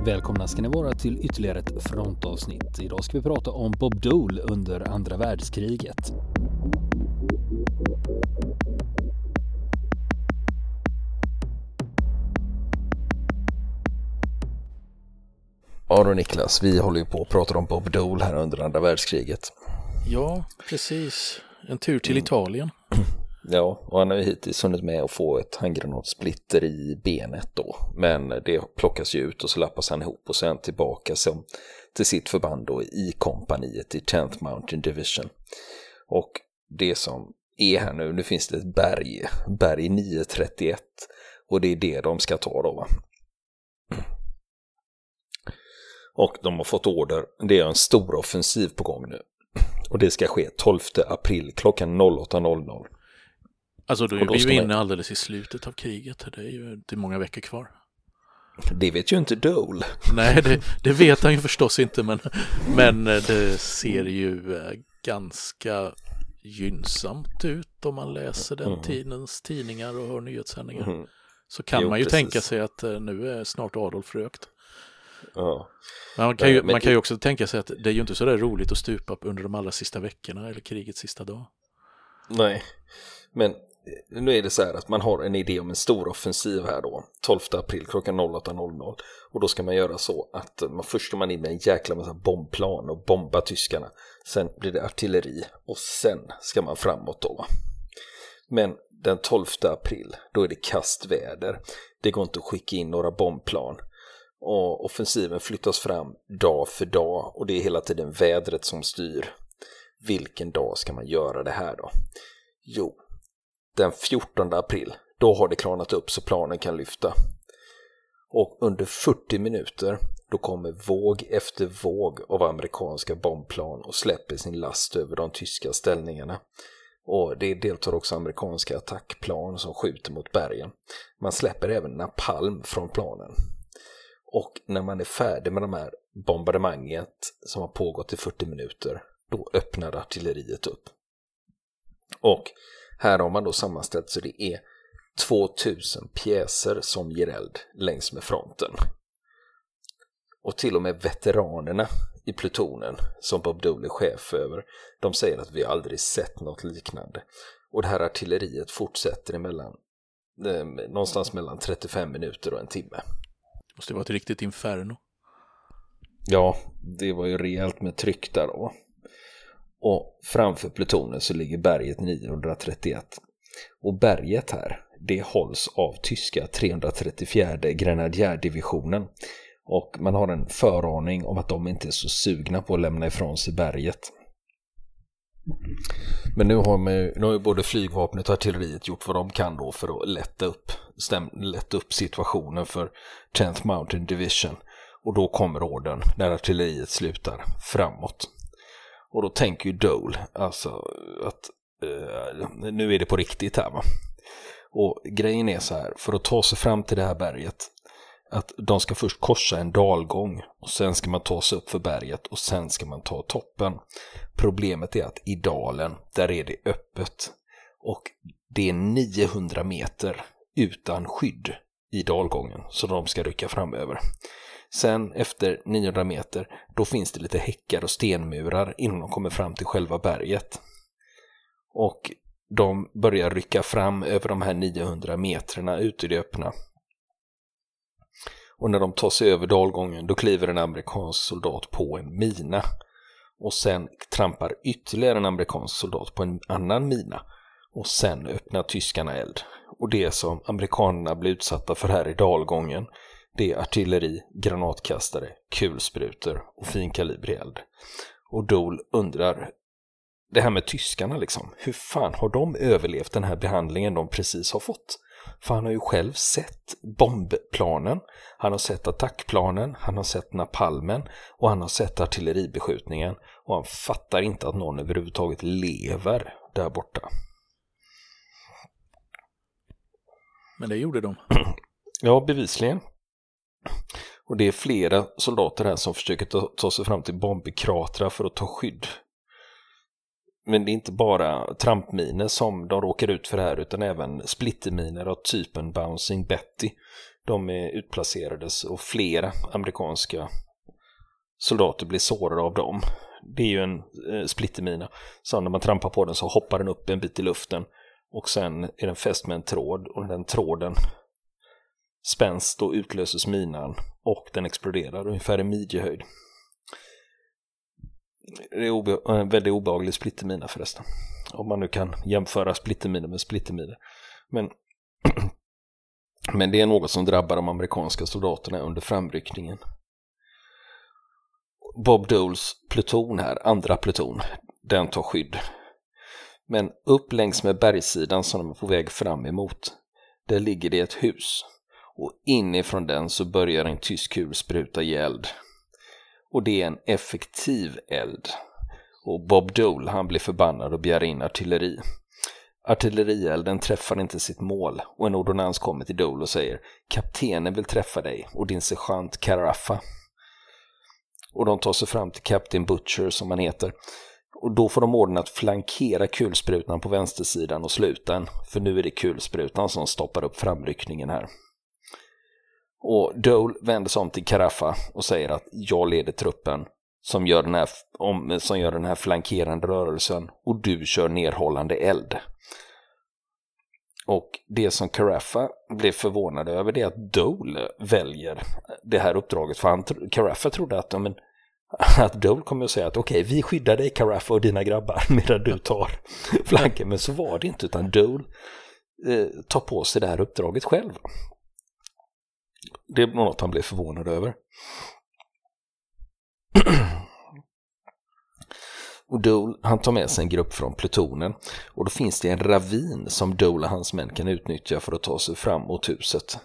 Välkomna ska ni vara till ytterligare ett frontavsnitt. Idag ska vi prata om Bob Dole under andra världskriget. Ja då Niklas, vi håller ju på att prata om Bob Dole här under andra världskriget. Ja, precis. En tur till Italien. Ja, och han har ju hittills hunnit med att få ett handgranatssplitter i benet då. Men det plockas ju ut och så lappas han ihop och sen tillbaka som till sitt förband då i kompaniet i 10th Mountain Division. Och det som är här nu finns det ett berg 931 och det är det de ska ta då va. Och de har fått order, det är en stor offensiv på gång nu. Och det ska ske 12 april klockan 08.00. Alltså då är vi ju inne alldeles i slutet av kriget. Det är ju inte många veckor kvar. Det vet ju inte Dole. Nej, det vet han ju förstås inte. Men det ser ju ganska gynnsamt ut om man läser den tidens tidningar och hör nyhetssändningar. Så kan man ju tänka sig att nu är snart Adolf rökt. Ja. Man kan ju också tänka sig att det är ju inte så där roligt att stupa upp under de allra sista veckorna eller krigets sista dag. Nej, men nu är det så här att man har en idé om en stor offensiv här då 12 april klockan 08.00 och då ska man göra så att först ska man in med en jäkla massa bombplan och bomba tyskarna, sen blir det artilleri och sen ska man framåt då. Men den 12 april då är det kastväder, det går inte att skicka in några bombplan. Och offensiven flyttas fram dag för dag och det är hela tiden vädret som styr. Vilken dag ska man göra det här då? Jo, den 14 april, då har det klarnat upp så planen kan lyfta. Och under 40 minuter, då kommer våg efter våg av amerikanska bombplan och släpper sin last över de tyska ställningarna. Och det deltar också amerikanska attackplan som skjuter mot bergen. Man släpper även napalm från planen. Och när man är färdig med de här bombardemanget som har pågått i 40 minuter, då öppnar artilleriet upp. Och här har man då sammanställt så det är 2000 pjäser som ger eld längs med fronten. Och till och med veteranerna i plutonen som Bob Dole är chef över, de säger att vi aldrig sett något liknande. Och det här artilleriet fortsätter någonstans mellan 35 minuter och en timme. Det måste vara ett riktigt inferno. Ja, det var ju rejält med tryck där då. Och framför plutonen så ligger berget 931. Och berget här, det hålls av tyska 334 grenadjärdivisionen. Och man har en föraning om att de inte är så sugna på att lämna ifrån sig berget. Men nu har ju både flygvapnet och artilleriet gjort vad de kan då för att lätta upp situationen för 10th Mountain Division. Och då kommer orden när artilleriet slutar framåt. Och då tänker ju Dole alltså att nu är det på riktigt här va. Och grejen är så här, för att ta sig fram till det här berget, att de ska först korsa en dalgång och sen ska man ta sig upp för berget och sen ska man ta toppen. Problemet är att i dalen, där är det öppet och det är 900 meter utan skydd i dalgången så de ska rycka fram över. Sen efter 900 meter, då finns det lite häckar och stenmurar innan de kommer fram till själva berget. Och de börjar rycka fram över de här 900 metrarna ut i det öppna. Och när de tar sig över dalgången, då kliver en amerikansk soldat på en mina. Och sen trampar ytterligare en amerikansk soldat på en annan mina. Och sen öppnar tyskarna eld. Och det som amerikanerna blir utsatta för här i dalgången, det är artilleri, granatkastare, kulsprutor och finkalibrig eld. Och Dole undrar, det här med tyskarna liksom, hur fan har de överlevt den här behandlingen de precis har fått? För han har ju själv sett bombplanen, han har sett attackplanen, han har sett napalmen och han har sett artilleribeskjutningen. Och han fattar inte att någon överhuvudtaget lever där borta. Men det gjorde de. Ja, bevisligen. Och det är flera soldater här som försöker ta sig fram till bombkratrar för att ta skydd. Men det är inte bara trampminer som de råkar ut för här utan även splitterminer av typen Bouncing Betty. De utplacerades och flera amerikanska soldater blev sårade av dem. Det är ju en splittermina. Så när man trampar på den så hoppar den upp en bit i luften och sen är den fäst med en tråd och den tråden spänns, då utlöses minan och den exploderar ungefär i midjehöjd. Det är en väldigt obehaglig splittermina förresten. Om man nu kan jämföra splittermina med splittermina. Men det är något som drabbar de amerikanska soldaterna under framryckningen. Bob Doles pluton här, andra pluton, den tar skydd. Men upp längs med bergssidan som de är på väg fram emot, där ligger det ett hus. Och inifrån den så börjar en tysk kulspruta i eld. Och det är en effektiv eld. Och Bob Dole, han blir förbannad och begär in artilleri. Artillerielden träffar inte sitt mål och en ordonnans kommer till Dole och säger: kaptenen vill träffa dig och din sergeant Carafa. Och de tar sig fram till Captain Butcher som han heter. Och då får de orden att flankera kulsprutan på vänstersidan och sluta den. För nu är det kulsprutan som stoppar upp framryckningen här. Och Dole vänder sig om till Carafa och säger att jag leder truppen som gör den här flankerande rörelsen och du kör nerhållande eld. Och det som Carafa blev förvånad över, det är att Dole väljer det här uppdraget. För Carafa trodde att Dole kommer att säga att okej, vi skyddar dig Carafa och dina grabbar medan du tar flanken. Men så var det inte, utan Dole tar på sig det här uppdraget själv. Det är något han blev förvånad över. Och Dole, han tar med sig en grupp från plutonen och då finns det en ravin som Dole och hans män kan utnyttja för att ta sig fram mot huset.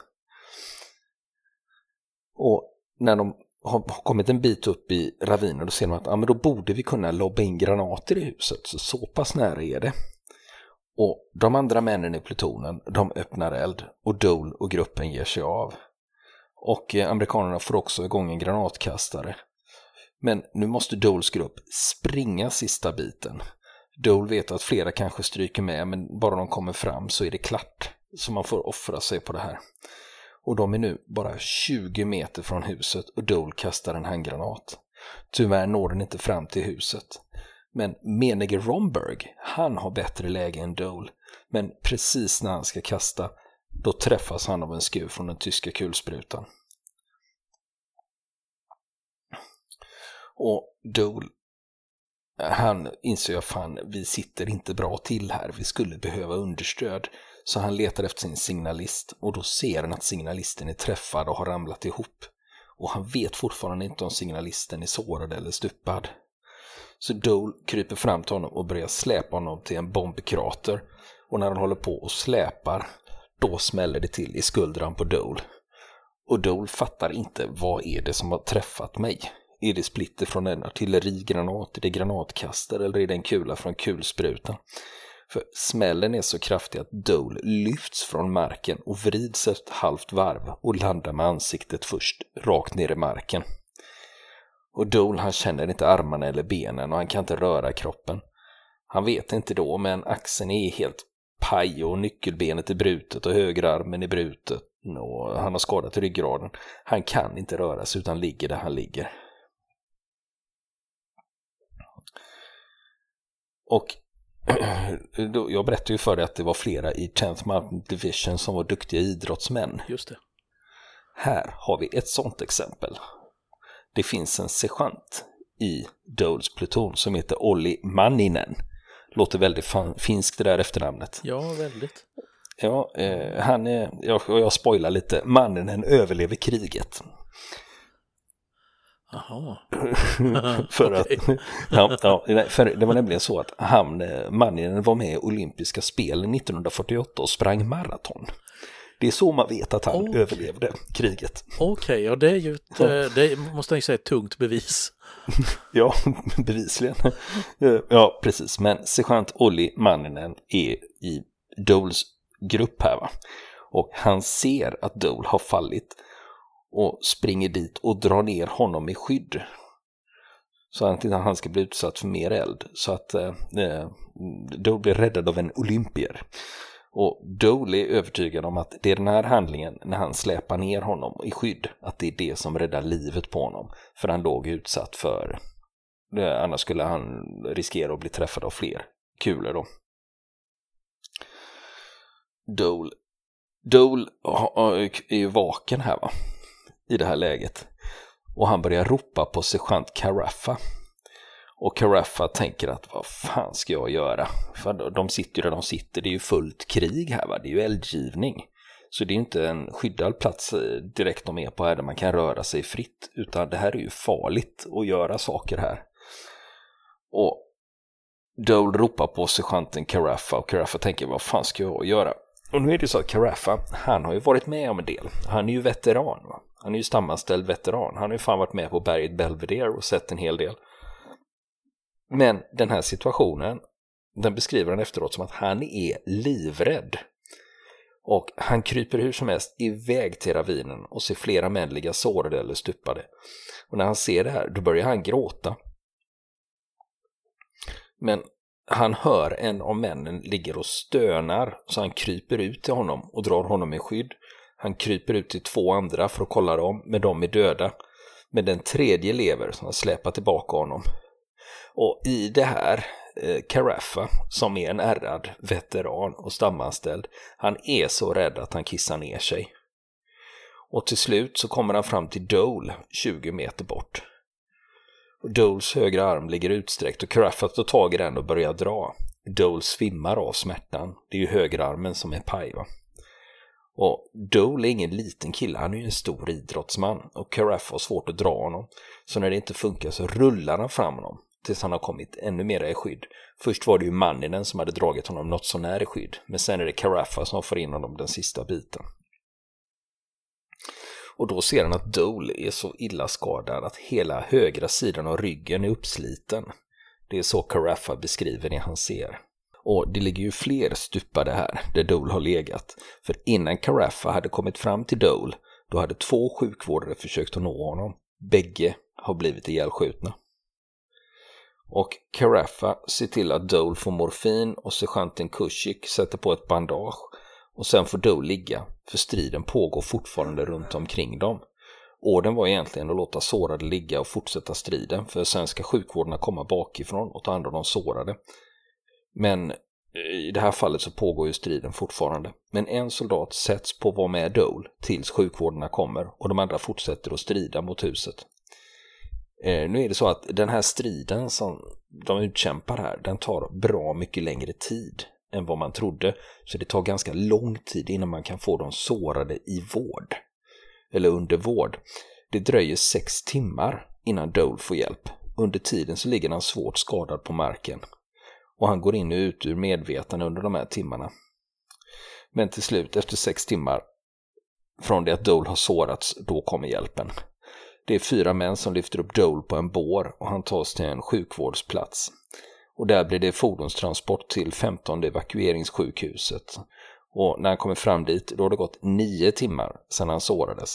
Och när de har kommit en bit upp i ravinen då ser de att men då borde vi kunna lobba in granater i huset, så pass nära är det. Och de andra männen i plutonen, de öppnar eld och Dole och gruppen ger sig av. Och amerikanerna får också igång en granatkastare. Men nu måste Doles grupp springa sista biten. Dole vet att flera kanske stryker med, men bara de kommer fram så är det klart. Så man får offra sig på det här. Och de är nu bara 20 meter från huset och Dole kastar en handgranat. Tyvärr når den inte fram till huset. Men menige Romberg, han har bättre läge än Dole. Men precis när han ska kasta, då träffas han av en skur från den tyska kulsprutan. Och Dole, han inser att vi sitter inte bra till här, vi skulle behöva understöd. Så han letar efter sin signalist och då ser han att signalisten är träffad och har ramlat ihop. Och han vet fortfarande inte om signalisten är sårad eller stupad. Så Dole kryper fram till honom och börjar släpa honom till en bombkrater. Och när han håller på och släpar, då smäller det till i skuldran på Dole. Och Dole fattar inte, vad är det som har träffat mig? Är det splitter från en artillerigranat, är det granatkastare eller är det en kula från kulsprutan? För smällen är så kraftig att Dole lyfts från marken och vrids ett halvt varv och landar med ansiktet först rakt ner i marken. Och Dole, han känner inte armarna eller benen och han kan inte röra kroppen. Han vet inte då, men axeln är helt paj och nyckelbenet är brutet och högerarmen är brutet och han har skadat ryggraden. Han kan inte röra sig utan ligger där han ligger. Och jag berättade ju för dig att det var flera i 10th Mountain Division som var duktiga idrottsmän. Just det. Här har vi ett sånt exempel. Det finns en sergeant i Doles pluton som heter Olli Manninen. Låter väldigt finskt det där efternamnet. Ja, väldigt. Ja, jag spoilar lite. Manninen överlever kriget. Jaha. för det var nämligen så att Manninen var med i olympiska spelen 1948 och sprang maraton. Det är så man vet att han överlevde kriget. Okej, ja, det är ju det måste jag säga ett tungt bevis. Ja, bevisligen. Ja, precis. Men sergeant Olli Manninen är i Doles grupp här, va? Och han ser att Dole har fallit och springer dit och drar ner honom i skydd. Så att han ska bli utsatt för mer eld. Så att Dole blir räddad av en olympier. Och Dole är övertygad om att det är den här handlingen när han släpar ner honom i skydd, att det är det som räddar livet på honom, för han låg utsatt för det, annars skulle han riskera att bli träffad av fler kulor då. Dole är ju vaken här va, i det här läget, och han börjar ropa på sergeant Carafa. Och Carafa tänker att vad fan ska jag göra? För de sitter där de sitter, det är ju fullt krig här va, det är ju eldgivning. Så det är inte en skyddad plats direkt de är på här där man kan röra sig fritt, utan det här är ju farligt att göra saker här. Och Dole ropar på sergeanten Carafa, och Carafa tänker vad fan ska jag göra? Och nu är det så att Carafa, han har ju varit med om en del. Han är ju veteran va? Han är ju stamanställd veteran. Han har ju fan varit med på berget Belvedere och sett en hel del. Men den här situationen, den beskriver han efteråt som att han är livrädd. Och han kryper hur som helst iväg till ravinen och ser flera män ligga sårade eller stupade. Och när han ser det här, då börjar han gråta. Men han hör en av männen ligger och stönar, så han kryper ut till honom och drar honom i skydd. Han kryper ut till 2 andra för att kolla dem, men de är döda. Men den tredje lever, så han släpar tillbaka honom. Och i det här, Carafa, som är en ärrad veteran och stamanställd, han är så rädd att han kissar ner sig. Och till slut så kommer han fram till Dole 20 meter bort. Och Doles högra arm ligger utsträckt och Carafa tar tag i den och börjar dra. Dole svimmar av smärtan. Det är ju högra armen som är paj va. Och Dole är ingen liten kille, han är ju en stor idrottsman. Och Carafa har svårt att dra honom. Så när det inte funkar så rullar han fram honom tills han har kommit ännu mer i skydd. Först var det ju Manninen som hade dragit honom något så nära i skydd. Men sen är det Carafa som får in honom den sista biten. Och då ser han att Dole är så illa skadad att hela högra sidan av ryggen är uppsliten. Det är så Carafa beskriver det han ser. Och det ligger ju fler stupade här där Dole har legat. För innan Carafa hade kommit fram till Dole, då hade 2 sjukvårdare försökt att nå honom. Bägge har blivit ihjälskjutna. Och Carafa ser till att Dole får morfin och sergeanten Kushik sätter på ett bandage. Och sen får Dole ligga, för striden pågår fortfarande runt omkring dem. Orden var egentligen att låta sårade ligga och fortsätta striden, för sen ska sjukvårdarna komma bakifrån och ta hand om de sårade. Men i det här fallet så pågår ju striden fortfarande. Men en soldat sätts på att vara med Dole tills sjukvårdarna kommer och de andra fortsätter att strida mot huset. Nu är det så att den här striden som de utkämpar här, den tar bra mycket längre tid än vad man trodde. Så det tar ganska lång tid innan man kan få de sårade i vård. Eller under vård. Det dröjer 6 timmar innan Dole får hjälp. Under tiden så ligger han svårt skadad på marken. Och han går in och ut ur medvetande under de här timmarna. Men till slut, efter 6 timmar från det att Dole har sårats, då kommer hjälpen. Det är 4 män som lyfter upp Dole på en bår och han tas till en sjukvårdsplats. Och där blir det fordonstransport till 15:e evakueringssjukhuset. Och när han kommer fram dit, då har det gått 9 timmar sedan han sårades.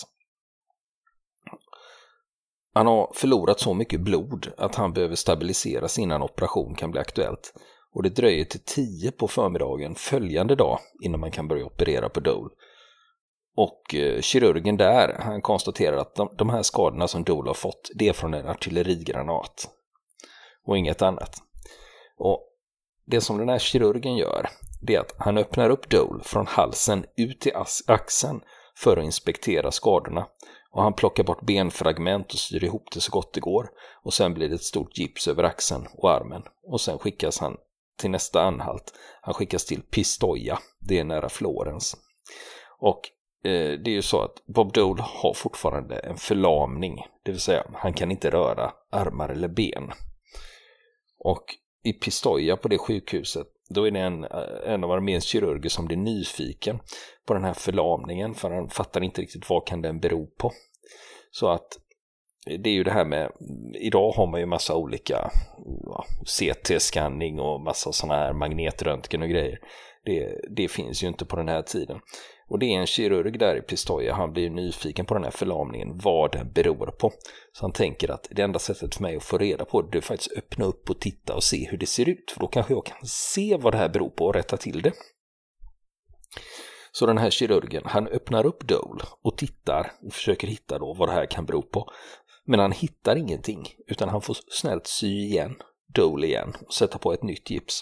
Han har förlorat så mycket blod att han behöver stabiliseras innan operation kan bli aktuellt. Och det dröjer till 10 på förmiddagen följande dag innan man kan börja operera på Dole. Och kirurgen där, han konstaterar att de här skadorna som Dole har fått, det är från en artillerigranat. Och inget annat. Och det som den här kirurgen gör, det är att han öppnar upp Dole från halsen ut till axeln för att inspektera skadorna. Och han plockar bort benfragment och styr ihop det så gott det går. Och sen blir det ett stort gips över axeln och armen. Och sen skickas han till nästa anhalt. Han skickas till Pistoia, det är nära Florens. Och det är ju så att Bob Dole har fortfarande en förlamning. Det vill säga, han kan inte röra armar eller ben. Och i Pistoia på det sjukhuset, då är det en av arméns kirurger som blir nyfiken på den här förlamningen, för han fattar inte riktigt vad kan den bero på. Så att det är ju det här med, idag har man ju massa olika CT-scanning och massa sådana här magnetröntgen och grejer. Det finns ju inte på den här tiden. Och det är en kirurg där i Pistoia, han blir nyfiken på den här förlamningen, vad den beror på. Så han tänker att det enda sättet för mig att få reda på det är faktiskt öppna upp och titta och se hur det ser ut. För då kanske jag kan se vad det här beror på och rätta till det. Så den här kirurgen, han öppnar upp Dole och tittar och försöker hitta då vad det här kan bero på. Men han hittar ingenting, utan han får snällt sy igen Dole igen och sätta på ett nytt gips.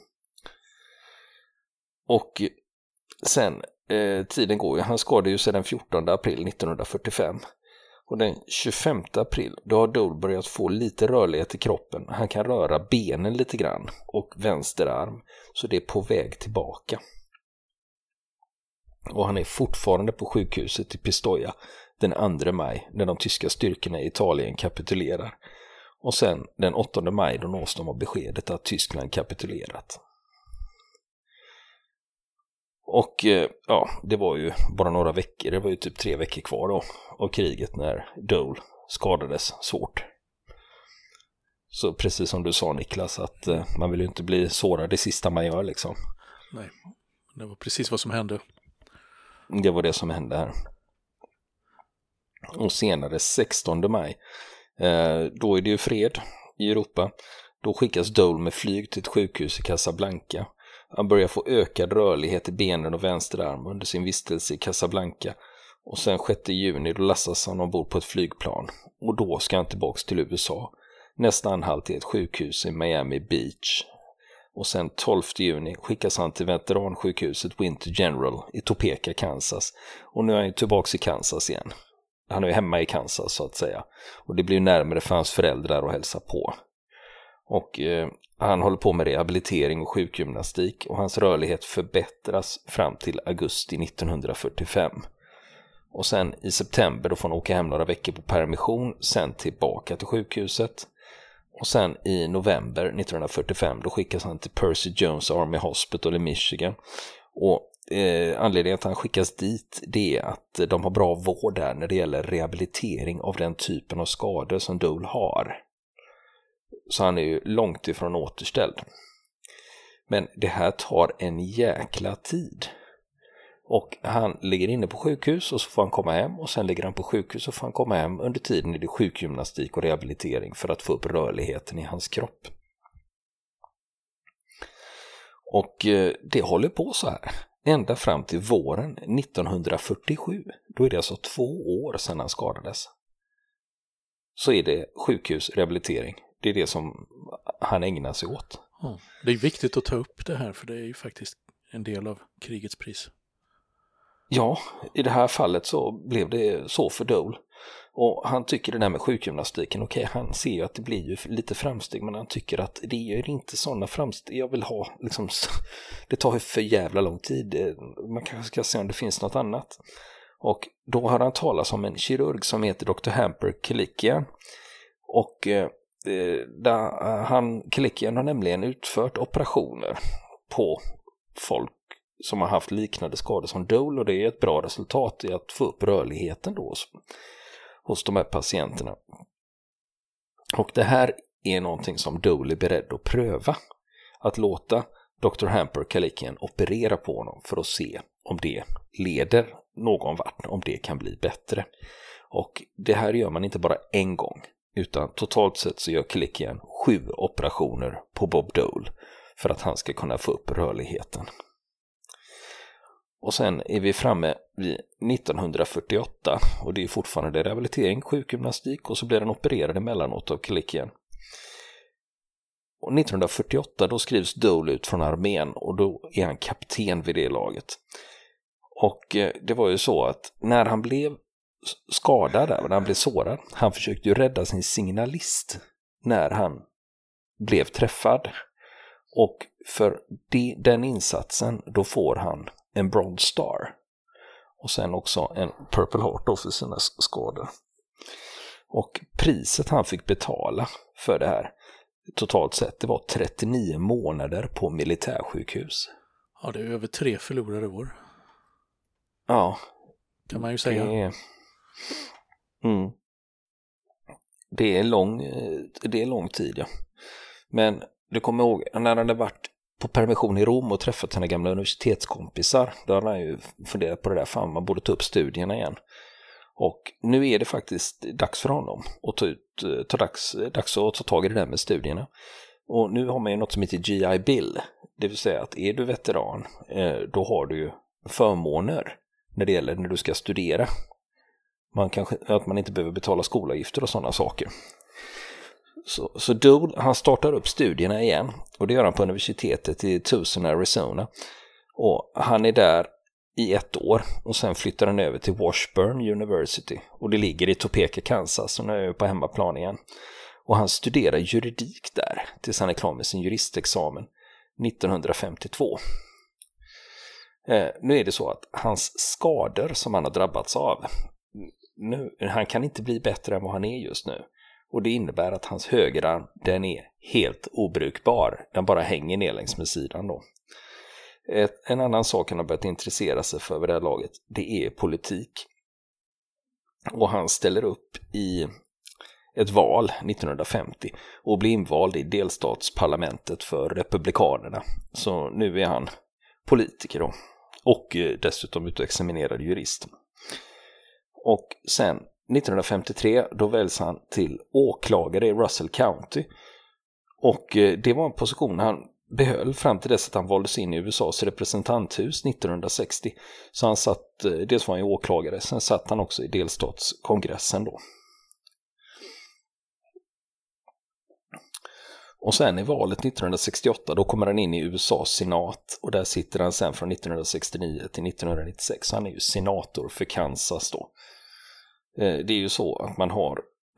Och sen, tiden går ju, han skadade ju sig den 14 april 1945. Och den 25 april, då har Dole börjat få lite rörlighet i kroppen. Han kan röra benen lite grann och vänster arm, så det är på väg tillbaka. Och han är fortfarande på sjukhuset i Pistoia den 2 maj när de tyska styrkorna i Italien kapitulerar. Och sen den 8 maj då nås de av beskedet att Tyskland kapitulerat. Och ja, det var ju bara några veckor, det var ju typ 3 veckor kvar då av kriget när Dole skadades svårt. Så precis som du sa, Niklas, att man vill ju inte bli sårad det sista man gör liksom. Nej, det var precis vad som hände. Det var det som hände här. Och senare 16 maj, då är det ju fred i Europa. Då skickas Dole med flyg till ett sjukhus i Casablanca. Han börjar få ökad rörlighet i benen och vänsterarm under sin vistelse i Casablanca. Och sen 6 juni då lastas han ombord på ett flygplan. Och då ska han tillbaka till USA. Nästa anhalt är ett sjukhus i Miami Beach. Och sen 12 juni skickas han till veteransjukhuset Winter General i Topeka, Kansas. Och nu är han tillbaka i Kansas igen. Han är ju hemma i Kansas så att säga. Och det blir närmare för hans föräldrar att hälsa på. Och han håller på med rehabilitering och sjukgymnastik. Och hans rörlighet förbättras fram till augusti 1945. Och sen i september då får han åka hem några veckor på permission. Sen tillbaka till sjukhuset. Och sen i november 1945 då skickas han till Percy Jones Army Hospital i Michigan. Och anledningen att han skickas dit, det är att de har bra vård där när det gäller rehabilitering av den typen av skador som Dole har. Så han är ju långt ifrån återställd. Men det här tar en jäkla tid. Och han ligger inne på sjukhus och så får han komma hem. Och sen ligger han på sjukhus och får han komma hem. Under tiden är det sjukgymnastik och rehabilitering för att få upp rörligheten i hans kropp. Och det håller på så här. Ända fram till våren 1947. Då är det alltså 2 år sedan han skadades. Så är det sjukhusrehabilitering. Det är det som han ägnar sig åt. Ja, det är viktigt att ta upp det här, för det är ju faktiskt en del av krigets pris. Ja, i det här fallet så blev det så för Dole. Och han tycker det där med sjukgymnastiken, okej, han ser ju att det blir ju lite framsteg, men han tycker att det är inte sådana framsteg jag vill ha. Liksom, det tar ju för jävla lång tid. Man kanske ska se om det finns något annat. Och då har han talat om en kirurg som heter Dr. Hamper Kalikian. Och Kalikian har nämligen utfört operationer på folk som har haft liknande skador som Dole, och det är ett bra resultat i att få upp rörligheten då hos de här patienterna. Och det här är någonting som Dole är beredd att pröva. Att låta Dr. Hamper Kalikian operera på honom för att se om det leder någon vart, om det kan bli bättre. Och det här gör man inte bara en gång, utan totalt sett så gör Kalikian 7 operationer på Bob Dole för att han ska kunna få upp rörligheten. Och sen är vi framme vid 1948 och det är fortfarande rehabilitering, sjukgymnastik, och så blir den opererad emellanåt av Kalikian. Och 1948 då skrivs Dole ut från armén och då är han kapten vid det laget. Och det var ju så att när han blev skadad där, när han blev sårad, han försökte ju rädda sin signalist när han blev träffad. Och för den insatsen då får han en Bronze Star och sen också en Purple Heart då för sina skador. Och priset han fick betala för det här totalt sett, det var 39 månader på militärsjukhus. Ja, det är över 3 förlorade år. Ja. Kan man ju säga. Det är lång tid, ja. Men du kommer ihåg, när han hade varit på permission i Rom och träffat sina gamla universitetskompisar, då hade han ju funderat på det där, fan man borde ta upp studierna igen. Och nu är det faktiskt dags för honom att dags att ta tag i det där med studierna. Och nu har man ju något som heter GI Bill, det vill säga att är du veteran, då har du ju förmåner när det gäller när du ska studera. Att man inte behöver betala skolavgifter och sådana saker. Så Dole, han startar upp studierna igen, och det gör han på universitetet i Tucson, Arizona. Och han är där i 1 år, och sen flyttar han över till Washburn University, och det ligger i Topeka, Kansas, och nu är jag på hemmaplan igen. Och han studerar juridik där tills han är klar med sin juristexamen 1952. Nu är det så att hans skador som han har drabbats av, han kan inte bli bättre än vad han är just nu. Och det innebär att hans högerarm, den är helt obrukbar. Den bara hänger ner längs med sidan då. En annan sak han har börjat intressera sig för vid det här laget, det är politik. Och han ställer upp i ett val 1950 och blir invald i delstatsparlamentet för republikanerna. Så nu är han politiker då. Och dessutom utexaminerad jurist. Och sen 1953 då väljs han till åklagare i Russell County. Och det var en position han behöll fram till dess att han valdes in i USAs representanthus 1960. Så han satt, dels var han ju åklagare, sen satt han också i delstatskongressen då. Och sen i valet 1968 då kommer han in i USAs senat, och där sitter han sen från 1969 till 1996. Så han är ju senator för Kansas då. Det är ju så att man har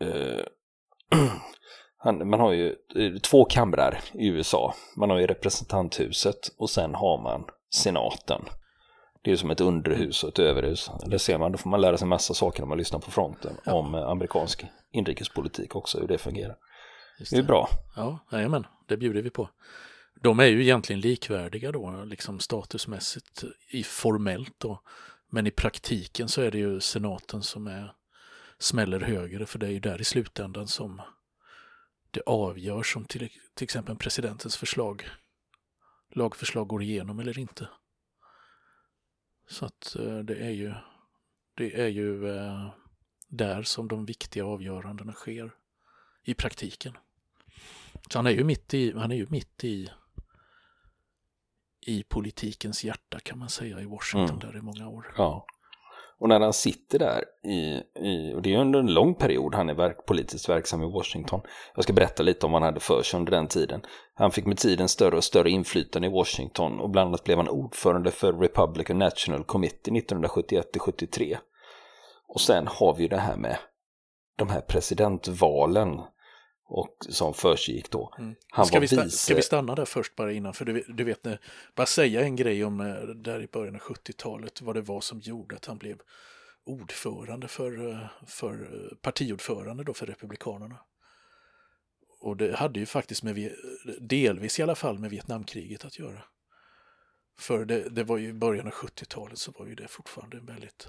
man har ju 2 kamrar i USA. Man har ju representanthuset och sen har man senaten. Det är ju som ett underhus och ett överhus. Det ser man, då får man lära sig massa saker när man lyssnar på fronten om amerikansk inrikespolitik också, hur det fungerar. Det är bra. Ja, men det bjuder vi på. De är ju egentligen likvärdiga då, liksom statusmässigt formellt då. Men i praktiken så är det ju senaten som smäller högre, för det är ju där i slutändan som det avgörs om till exempel presidentens lagförslag går igenom eller inte. Så att det är ju där som de viktiga avgörandena sker i praktiken. Så han är ju mitt i politikens hjärta, kan man säga, i Washington där i många år. Ja. Och när han sitter där och det är ju under en lång period han är politiskt verksam i Washington. Jag ska berätta lite om vad han hade för sig under den tiden. Han fick med tiden större och större inflytande i Washington, och bland annat blev han ordförande för Republican National Committee 1971-73. Och sen har vi det här med de här presidentvalen och som försiggick då. Ska vi stanna där först bara innan, för du vet, bara säga en grej om där i början av 70-talet, vad det var som gjorde att han blev ordförande för partiordförande då för republikanerna. Och det hade ju faktiskt delvis i alla fall med Vietnamkriget att göra. För det var ju i början av 70-talet så var ju det fortfarande väldigt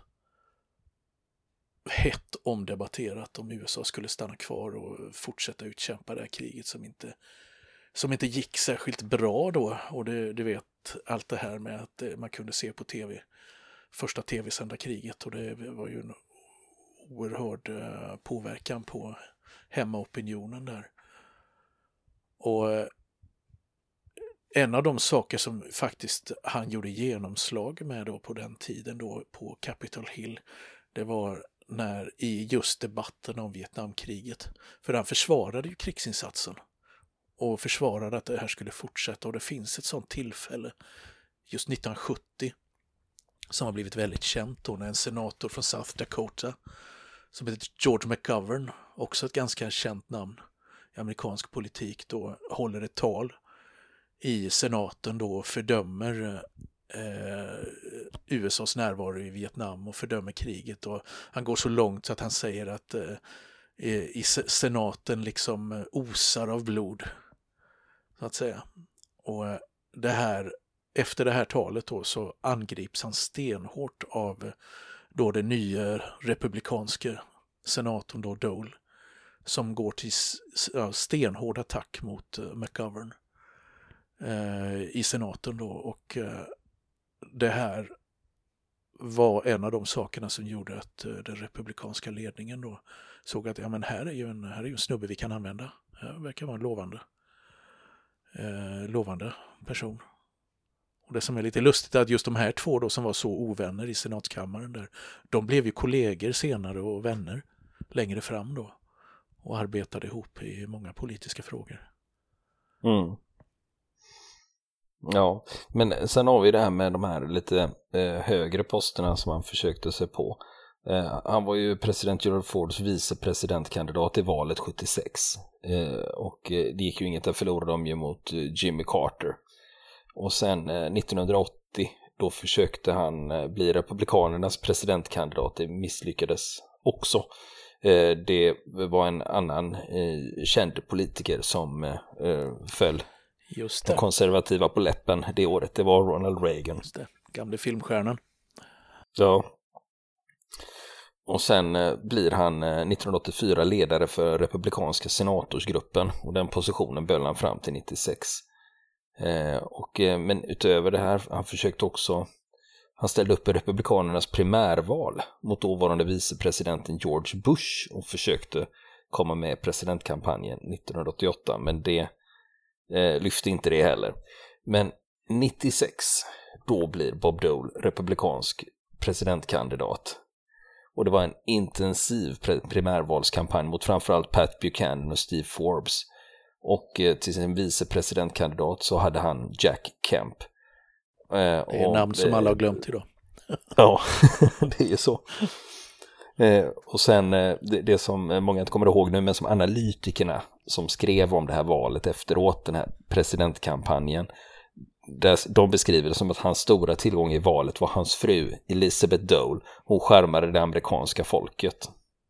hett omdebatterat om USA skulle stanna kvar och fortsätta utkämpa det här kriget som inte gick särskilt bra då. Och du vet allt det här med att man kunde se på tv, första tv-sända kriget, och det var ju en oerhörd påverkan på hemmaopinionen där. Och en av de saker som faktiskt han gjorde genomslag med då på den tiden då på Capitol Hill, det var i just debatten om Vietnamkriget. För han försvarade ju krigsinsatsen och försvarade att det här skulle fortsätta, och det finns ett sånt tillfälle just 1970 som har blivit väldigt känt då, när en senator från South Dakota som heter George McGovern, också ett ganska känt namn i amerikansk politik, då håller ett tal i senaten då och fördömer USAs närvaro i Vietnam och fördömer kriget, och han går så långt så att han säger att i senaten liksom osar av blod, så att säga. Och efter det här talet då så angrips han stenhårt av då den nya republikanska senatorn då Dole, som går till stenhård attack mot McGovern i senaten då, och det här var en av de sakerna som gjorde att den republikanska ledningen då såg att här är ju en snubbe vi kan använda. Det verkar vara en lovande person. Och det som är lite lustigt är att just de här två då som var så ovänner i senatskammaren där, de blev ju kollegor senare och vänner längre fram då och arbetade ihop i många politiska frågor. Mm. Ja, men sen har vi det här med de här lite högre posterna som han försökte sig på. Han var ju president Gerald Fords vicepresidentkandidat i valet 76 och det gick ju inget, där förlorade de ju mot Jimmy Carter. Och sen 1980 då försökte han bli republikanernas presidentkandidat, det misslyckades också. Det var en annan känd politiker som föll Just det. de konservativa på läppen det året. Det var Ronald Reagan. Just det. Gamle filmstjärnan. Ja. Och sen blir han 1984 ledare för republikanska senatorsgruppen och den positionen böll han fram till 96. Men utöver det här, han ställde upp i republikanernas primärval mot dåvarande vicepresidenten George Bush och försökte komma med i presidentkampanjen 1988, men det lyfte inte det heller. Men 96, då blir Bob Dole republikansk presidentkandidat. Och det var en intensiv primärvalskampanj mot framförallt Pat Buchanan och Steve Forbes. Och till sin vicepresidentkandidat så hade han Jack Kemp. Det är namn som alla har glömt idag. Ja, det är ju så. Och sen det som många inte kommer ihåg nu, men som analytikerna som skrev om det här valet efteråt, den här presidentkampanjen, de beskriver det som att hans stora tillgång i valet var hans fru Elizabeth Dole. Hon skärmade det amerikanska folket.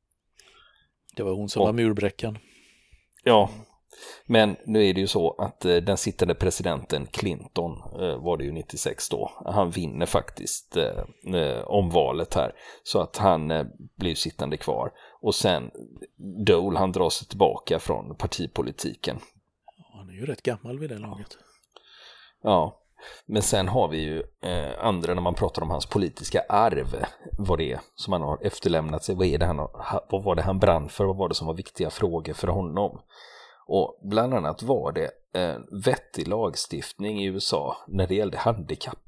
Det var hon som var murbräckan. Ja, men nu är det ju så att den sittande presidenten Clinton var det ju 96 då. Han vinner faktiskt omvalet här. Så att han blir sittande kvar. Och sen Dole, han drar sig tillbaka från partipolitiken. Han är ju rätt gammal vid det laget. Ja, men sen har vi ju andra när man pratar om hans politiska arv, vad det är som han har efterlämnat sig, vad var det han brann för, vad var det som var viktiga frågor för honom. Och bland annat var det vettig lagstiftning i USA när det gällde handikapp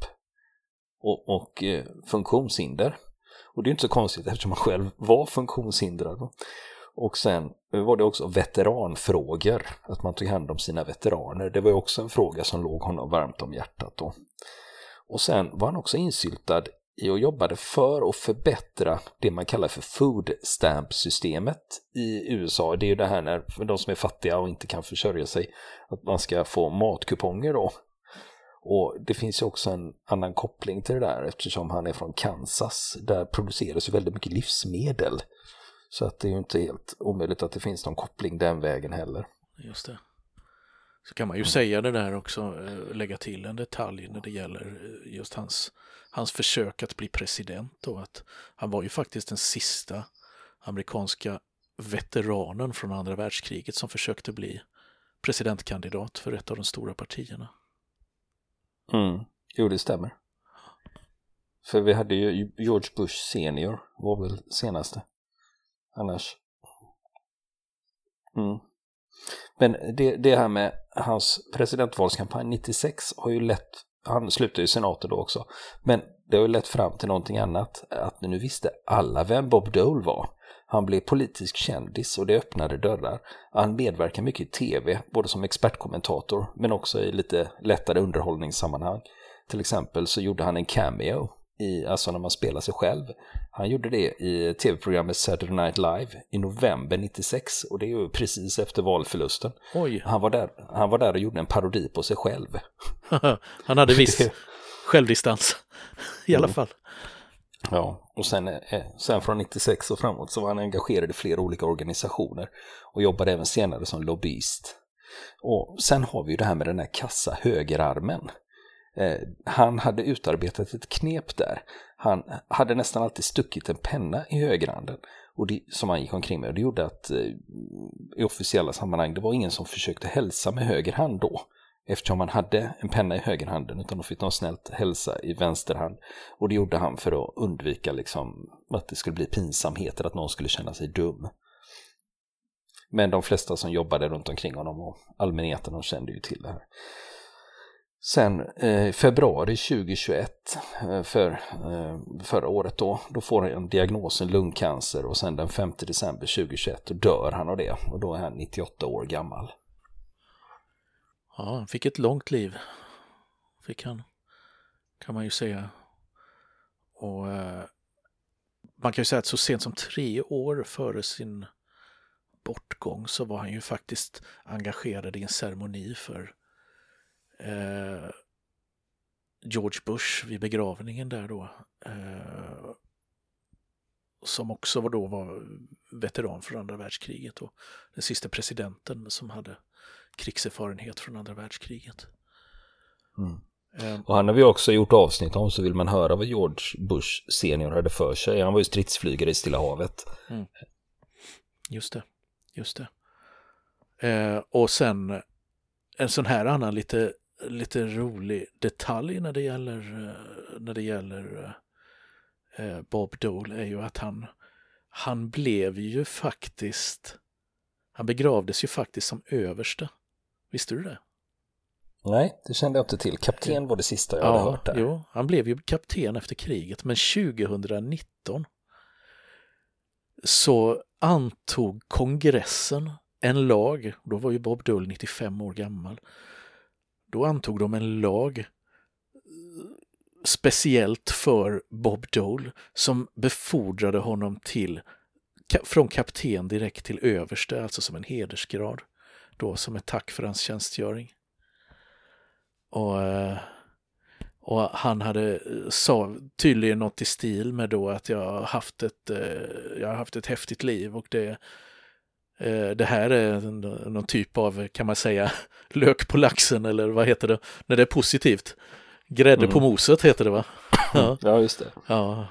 och funktionshinder. Och det är inte så konstigt eftersom man själv var funktionshindrad. Och sen var det också veteranfrågor, att man tog hand om sina veteraner. Det var ju också en fråga som låg honom varmt om hjärtat då. Och sen var han också insyltad i och jobbade för att förbättra det man kallar för food stamp-systemet i USA. Det är ju det här när för de som är fattiga och inte kan försörja sig, att man ska få matkuponger då. Och det finns ju också en annan koppling till det där eftersom han är från Kansas. Där produceras ju väldigt mycket livsmedel. Så att det är ju inte helt omöjligt att det finns någon koppling den vägen heller. Just det. Så kan man ju säga det där också, lägga till en detalj när det gäller just hans försök att bli president då, att han var ju faktiskt den sista amerikanska veteranen från andra världskriget som försökte bli presidentkandidat för ett av de stora partierna. Jo, det stämmer. För vi hade ju George Bush senior var väl senaste. Annars. Men det här med hans presidentvalskampanj 96 har ju han slutade ju senaten då också, men det har ju lett fram till någonting annat, att nu visste alla vem Bob Dole var. Han blev politisk kändis och det öppnade dörrar. Han medverkar mycket i tv, både som expertkommentator men också i lite lättare underhållningssammanhang. Till exempel så gjorde han en cameo alltså när man spelar sig själv. Han gjorde det i tv-programmet Saturday Night Live i november 96 och det är ju precis efter valförlusten. Oj. Han var där och gjorde en parodi på sig själv. Han hade viss självdistans i alla fall. Ja, och sen från 96 och framåt så var han engagerad i flera olika organisationer och jobbade även senare som lobbyist. Och sen har vi ju det här med den här kassa högerarmen. Han hade utarbetat ett knep där. Han hade nästan alltid stuckit en penna i högerhanden och som han gick omkring med. Och det gjorde att i officiella sammanhang det var ingen som försökte hälsa med höger hand då. Eftersom han hade en penna i högerhanden, utan då fick de snällt hälsa i vänsterhand. Och det gjorde han för att undvika liksom, att det skulle bli pinsamheter, att någon skulle känna sig dum. Men de flesta som jobbade runt omkring honom och allmänheten, de kände ju till det här. Sen februari 2021 förra året då får han diagnosen lungcancer och sen den 5 december 2021 då dör han av det och då är han 98 år gammal. Ja, han fick ett långt liv. Fick han, kan man ju säga. Och man kan ju säga att så sent som 3 år före sin bortgång så var han ju faktiskt engagerad i en ceremoni för George Bush vid begravningen där då. Som också var veteran från andra världskriget och den sista presidenten som hade krigserfarenhet från andra världskriget. Och han har vi också gjort avsnitt om, så vill man höra vad George Bush senior hade för sig. Han var ju stridsflygare i Stilla havet. Just det. Och sen en sån här annan lite rolig detalj när det gäller Bob Dole är ju att han blev ju faktiskt, han begravdes ju faktiskt som överste. Visste du det? Nej, det kände jag inte till. Kapten var det sista jag hade hört där. Jo, han blev ju kapten efter kriget, men 2019 så antog kongressen en lag, då var ju Bob Dole 95 år gammal, då antog de en lag speciellt för Bob Dole som befordrade honom från kapten direkt till överste, alltså som en hedersgrad, då som ett tack för hans tjänstgöring. Och han sa tydligen något i stil med då att jag har haft ett häftigt liv och det här är någon typ av, kan man säga, lök på laxen, eller vad heter det när det är positivt? Grädde på moset heter det, va? Ja, just det. Ja,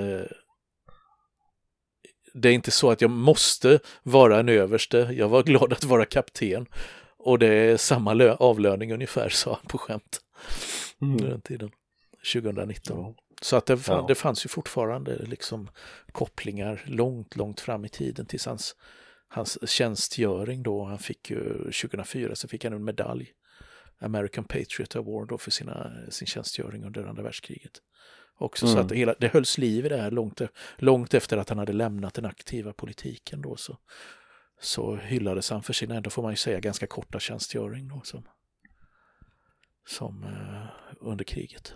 det är inte så att jag måste vara en överste. Jag var glad att vara kapten. Och det är samma avlöning ungefär, sa han på skämt. Den tiden, 2019. Så att det fanns ju fortfarande liksom kopplingar långt fram i tiden tills hans tjänstgöring då. Han fick ju 2004 så fick han en medalj, American Patriot Award då, för sin tjänstgöring under andra världskriget. Också så att det hölls liv i det här långt efter att han hade lämnat den aktiva politiken då, så hyllades han för sin, ändå får man ju säga, ganska korta tjänstgöring då, som under kriget.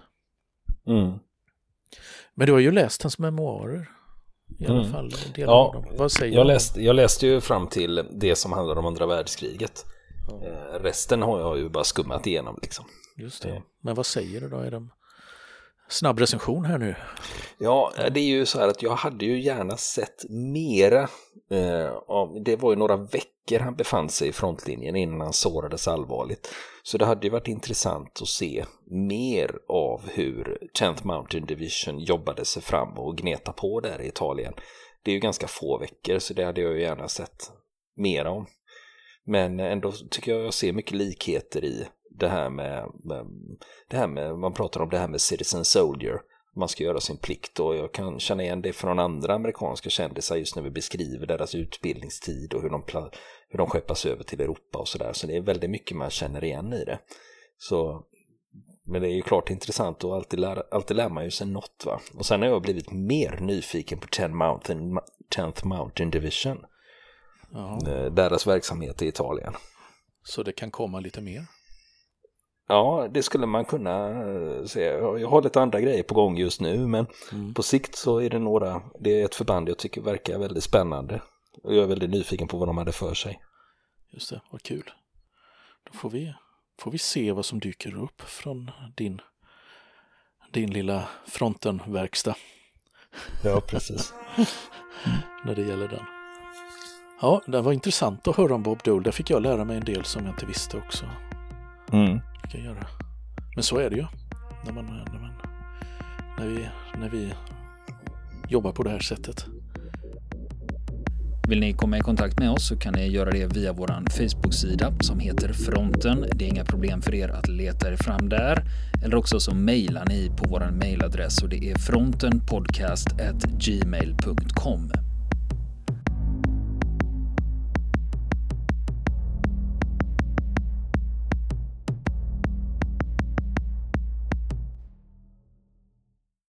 Men du har ju läst hans memoarer i alla fall. Vad säger jag läste ju fram till det som handlar om andra världskriget. Resten har jag ju bara skummat igenom liksom. Just det. Men vad säger du då? Är de snabb recension här nu? Ja, det är ju så här att jag hade ju gärna sett mera. Det var ju några veckor han befann sig i frontlinjen innan han sårades allvarligt. Så det hade ju varit intressant att se mer av hur 10th Mountain Division jobbade sig fram och gneta på där i Italien. Det är ju ganska få veckor, så det hade jag ju gärna sett mer om. Men ändå tycker jag ser mycket likheter i det här med man pratar om det här med citizen soldier. Man ska göra sin plikt, och jag kan känna igen det från andra amerikanska kändisar just när vi beskriver deras utbildningstid och hur de skeppas över till Europa och sådär. Så det är väldigt mycket man känner igen i det. Men det är ju klart intressant, och alltid lär man ju sig något, va. Och sen har jag blivit mer nyfiken på 10th Mountain Division. Deras verksamhet i Italien. Så det kan komma lite mer? Ja, det skulle man kunna säga. Jag har lite andra grejer på gång just nu, men på sikt så är det är ett förband jag tycker verkar väldigt spännande. Och jag är väldigt nyfiken på vad de hade för sig. Just det, vad kul. Då får vi se vad som dyker upp från din lilla frontenverkstad. Ja, precis. När det gäller den. Ja, det var intressant att höra om Bob Dole. Där fick jag lära mig en del som jag inte visste också. Det kan jag göra. Men så är det ju när vi jobbar på det här sättet. Vill ni komma i kontakt med oss så kan ni göra det via vår Facebook-sida som heter Fronten. Det är inga problem för er att leta er fram där. Eller också så mejlar ni på vår mejladress, och det är frontenpodcast@gmail.com.